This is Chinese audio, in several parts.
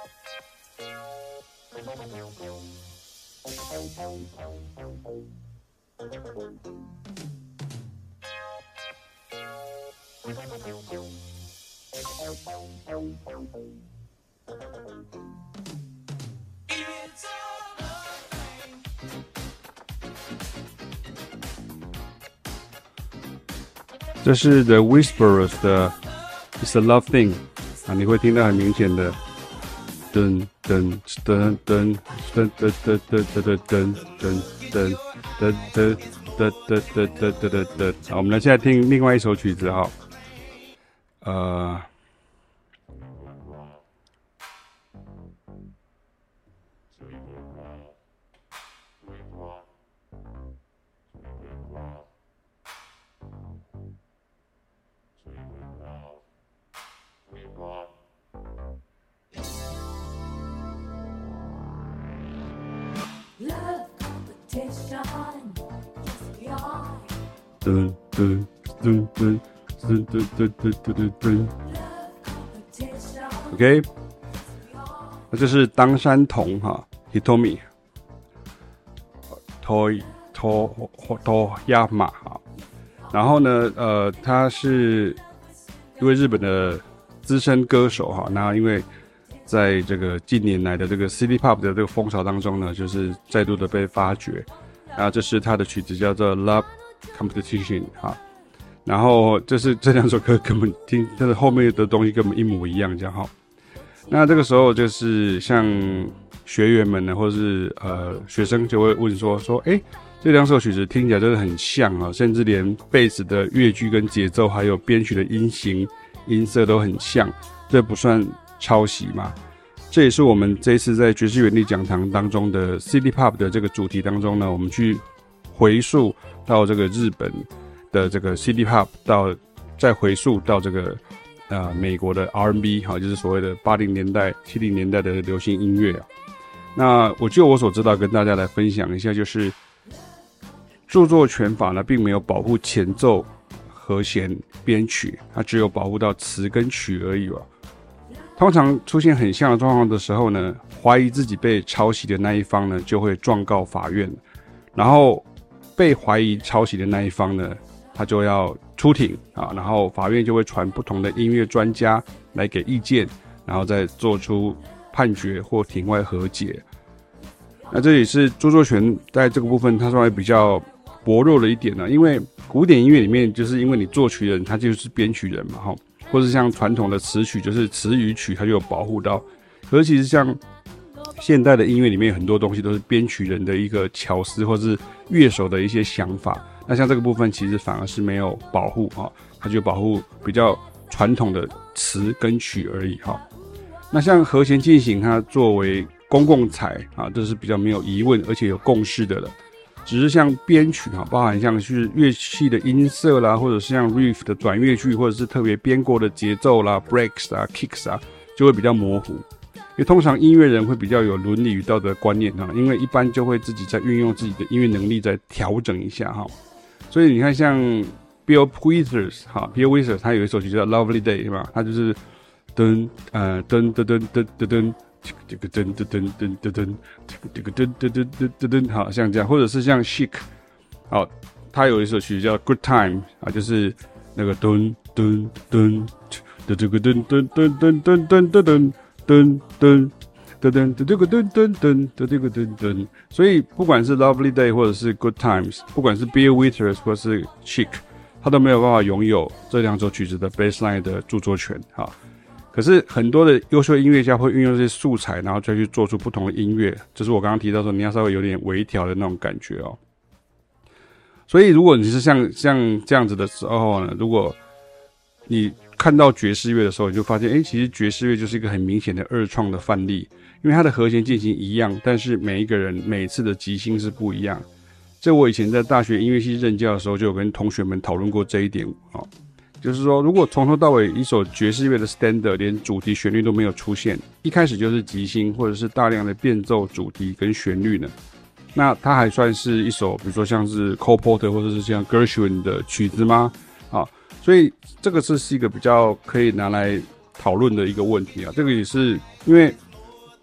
这是 The Whisperers 的 It's a Love Thing 啊，你会听到很明显的噔噔噔噔噔噔噔噔噔噔噔噔噔噔。好，我们来现在听另外一首曲子哈，噔噔噔噔噔噔噔噔噔。OK， 那这是当山童哈 ，Hitomi， Toyama 哈。然后呢，他是一位日本的资深歌手哈。那因为在这个近年来的这个 City Pop 的这个风潮当中呢，就是再度的被发掘。这是他的曲子叫做 Love Competition 哈。然后这两首歌根本听，但是后面的东西根本一模一样这样哈。那这个时候就是像学员们呢，或者是学生就会问说，这两首曲子听起来真的很像啊，甚至连贝斯的乐句跟节奏，还有编曲的音型、音色都很像，这不算抄袭吗？这也是我们这一次在爵士原力讲堂当中的 City Pop 的这个主题当中呢，我们去回溯到这个日本的这个 City Pop， 再回溯到这个美国的 R&B 哈，就是所谓的80年代、70年代的流行音乐啊。那就我所知道，跟大家来分享一下，就是著作权法呢，并没有保护前奏、和弦、编曲，它只有保护到词跟曲而已哦。通常出现很像的状况的时候呢，怀疑自己被抄袭的那一方呢，就会状告法院，然后被怀疑抄袭的那一方呢，他就要出庭啊，然后法院就会传不同的音乐专家来给意见，然后再做出判决或庭外和解。那这也是著作权在这个部分它稍微比较薄弱了一点呢，因为古典音乐里面就是因为你作曲人他就是编曲人嘛哈，或是像传统的词曲就是词与曲它就有保护到，可是其实像现代的音乐里面很多东西都是编曲人的一个巧思或是乐手的一些想法，那像这个部分其实反而是没有保护哈，它就保护比较传统的词跟曲而已哈。那像和弦进行它作为公共财啊，这是比较没有疑问而且有共识的了。只是像编曲啊，包含像是乐器的音色啦，或者是像 riff 的短乐句，或者是特别编过的节奏啦 breaks 啊 kicks 啊，就会比较模糊。因为通常音乐人会比较有伦理与道德观念因为一般就会自己在运用自己的音乐能力再调整一下哈。所以你看像 Bill Withers Bill Withers 他有一首曲叫 Lovely Day 是吧？他就是噔噔噔噔噔噔噔。这个噔噔噔噔噔噔，这个噔噔噔噔噔噔，好像这样，或者是像 Chic， 好，他有一首曲叫 Good Time 啊，就是那个噔噔噔的这个噔噔噔噔噔噔噔噔噔噔噔的这个噔噔噔的这个噔噔，所以不管是 Lovely Day 或者是 Good Times， 不管是 Bill Withers 或是 Chic， 他都没有办法拥有这两首曲子的 bassline 的著作权哈。可是很多的优秀音乐家会运用这些素材，然后再去做出不同的音乐，这是我刚刚提到说你要稍微有点微调的那种感觉哦。所以如果你是像这样子的时候呢，如果你看到爵士乐的时候，你就发现其实爵士乐就是一个很明显的二创的范例，因为它的和弦进行一样，但是每一个人每次的即兴是不一样。这我以前在大学音乐系任教的时候就有跟同学们讨论过这一点哦。就是说，如果从头到尾一首爵士乐的 standard 连主题旋律都没有出现，一开始就是即兴或者是大量的变奏主题跟旋律呢，那它还算是一首比如说像是 Cole Porter 或者是像 Gershwin 的曲子吗？所以这个是一个比较可以拿来讨论的一个问题啊。这个也是因为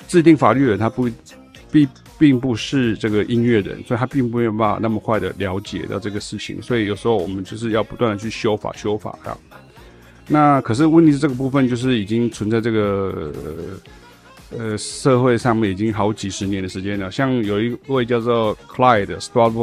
制定法律的人他并不是这个音乐人，所以他并没有办法那么快的了解到这个事情，所以有时候我们就是要不断的去修法啊。那可是问题是这个部分就是已经存在这个社会上面已经好几十年的时间了。像有一位叫做 Clyde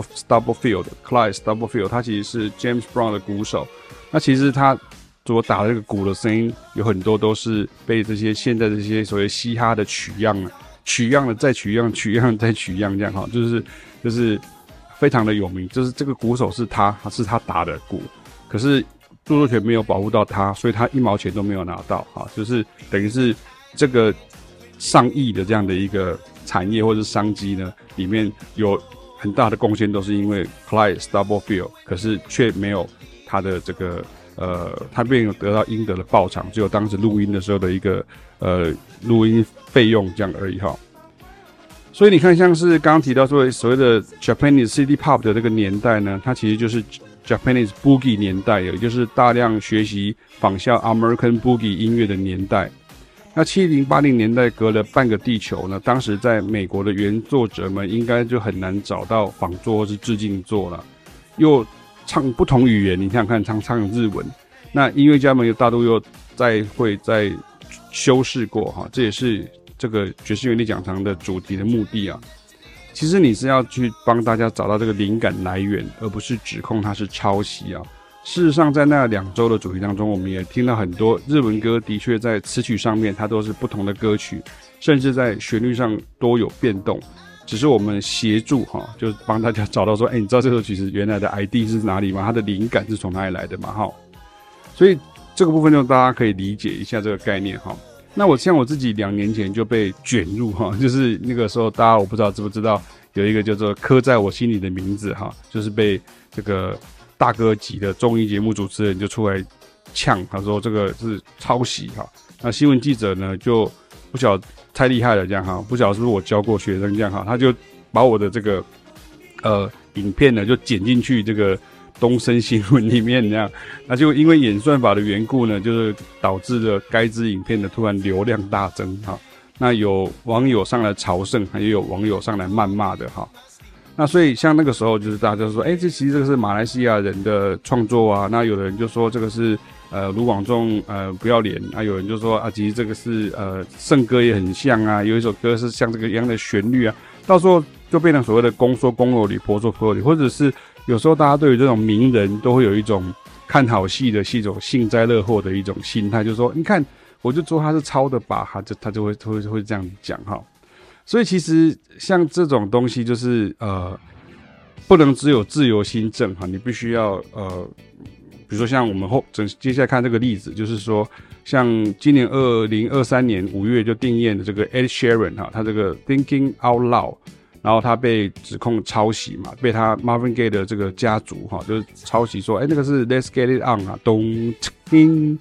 Stubblefield， 他其实是 James Brown 的鼓手。那其实他所打的这个鼓的声音有很多都是被这些现在这些所谓嘻哈的取样了再取样，取样再取样，这样哈，就是非常的有名。就是这个鼓手是他打的鼓，可是著作权没有保护到他，所以他1毛钱都没有拿到哈，就是等于是这个上亿的这样的一个产业或者是商机呢，里面有很大的贡献都是因为 Clyde Stubblefield， 可是却没有他的这个他并没有得到应得的报偿，只有当时录音的时候的一个录音费用这样而已哈。所以你看，像是刚刚提到所谓的 Japanese City Pop 的这个年代呢，它其实就是 Japanese Boogie 年代，也就是大量学习仿效 American Boogie 音乐的年代。那70、80年代隔了半个地球呢，当时在美国的原作者们应该就很难找到仿作或是致敬作了，又唱不同语言，你想想看，唱日文，那音乐家们大多又会再修饰过哈，这也是这个爵士乐理讲堂的主题的目的啊。其实你是要去帮大家找到这个灵感来源，而不是指控它是抄袭啊。事实上，在那2周的主题当中，我们也听到很多日文歌，的确在词曲上面它都是不同的歌曲，甚至在旋律上都有变动。只是我们协助哈，就是帮大家找到说，你知道这首曲子原来的 ID 是哪里吗？它的灵感是从哪里来的嘛？哈，所以这个部分就大家可以理解一下这个概念哈。那我自己2年前就被卷入哈，就是那个时候大家我不知道知不知道有一个叫做刻在我心里的名字哈，就是被这个大哥级的综艺节目主持人就出来呛，他说这个是抄袭哈。那新闻记者呢就不晓得太厉害了这样哈，不晓得是不是我教过学生这样哈，他就把我的这个影片呢就剪进去这个东森新闻里面这样，那就因为演算法的缘故呢，就是导致了该支影片的突然流量大增哈。那有网友上来朝圣，也有网友上来谩骂的哈。那所以像那个时候就是大家就说，这其实这个是马来西亚人的创作啊。那有的人就说这个是卢广仲不要脸啊，有人就说其实这个是圣歌也很像啊，有一首歌是像这个一样的旋律啊，到时候就变成所谓的公说公有理，婆说婆有理，或者是有时候大家对于这种名人都会有一种看好戏的一种幸灾乐祸的一种心态，就是说你看我就说他是抄的吧，他就会这样讲哈。所以其实像这种东西就是不能只有自由心证哈，你必须要比如说像我们接下来看这个例子，就是说像今年2023年5月就定谳的这个 Ed Sheeran 哈，他这个 Thinking Out Loud， 然后他被指控抄袭嘛，被他 Marvin Gaye 的这个家族哈，就是抄袭说，那个是 Let's Get It On 啊，咚叮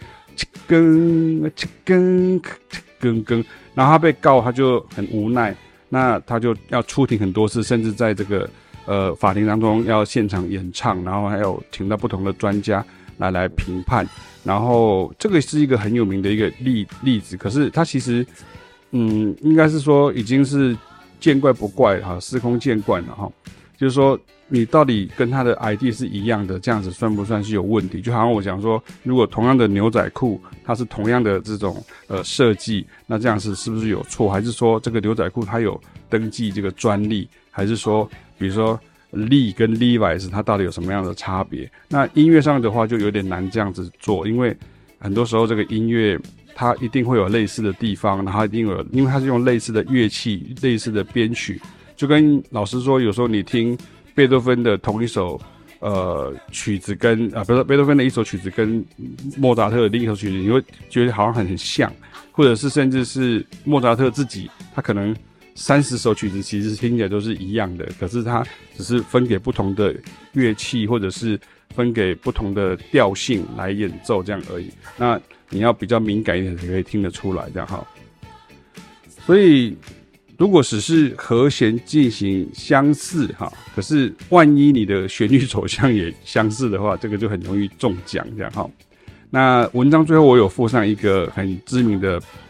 更，然后他被告，他就很无奈，那他就要出庭很多次，甚至在这个法庭当中要现场演唱，然后还有请到不同的专家来评判，然后这个是一个很有名的一个例子。可是他其实应该是说已经是见怪不怪了哈，司空见惯了哈。就是说你到底跟他的 ID 是一样的，这样子算不算是有问题？就好像我讲说，如果同样的牛仔裤，它是同样的这种设计，那这样是不是有错？还是说这个牛仔裤它有登记这个专利？还是说比如说 Lee 跟 Levi's 它到底有什么样的差别？那音乐上的话就有点难这样子做，因为很多时候这个音乐它一定会有类似的地方，然后它一定有，因为它是用类似的乐器、类似的编曲。就跟老师说，有时候你听贝多芬的同一首曲子跟比如说贝多芬的一首曲子跟莫扎特的另一首曲子，你会觉得好像很像，或者是甚至是莫扎特自己，他可能30首曲子其实听起来都是一样的，可是他只是分给不同的乐器，或者是分给不同的调性来演奏这样而已。那你要比较敏感一点才可以听得出来这样哈。所以如果只是和弦进行相似哈，可是万一你的旋律走向也相似的话，这个就很容易中奖这样哈。那文章最后我有附上一个很知名的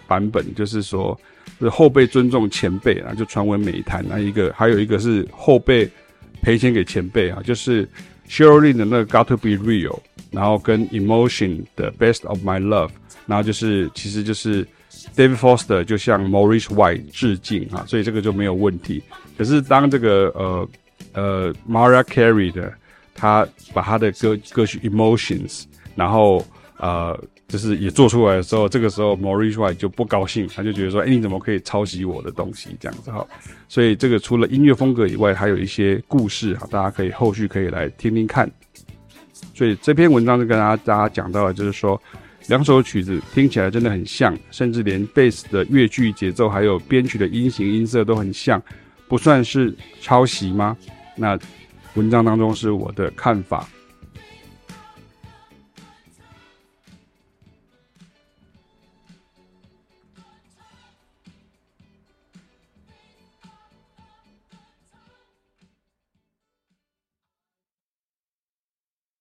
版本，就是说是后辈尊重前辈啊，就传闻美谈。还有一个是后辈赔钱给前辈啊，就是 Cheryl Lynn 的那个 Got to Be Real， 然后跟 Emotion 的 Best of My Love， 然后其实就是 David Foster 就向 Maurice White 致敬啊，所以这个就没有问题。可是当这个Mariah Carey 的他把他的歌曲 Emotions， 然后就是也做出来的时候，这个时候 Maurice White 就不高兴，他就觉得说，你怎么可以抄袭我的东西这样子哈？所以这个除了音乐风格以外，还有一些故事哈，大家可以后续可以来听听看。所以这篇文章就跟大家讲到的就是说，两首曲子听起来真的很像，甚至连贝斯的乐句节奏还有编曲的音型音色都很像，不算是抄袭吗？那文章当中是我的看法。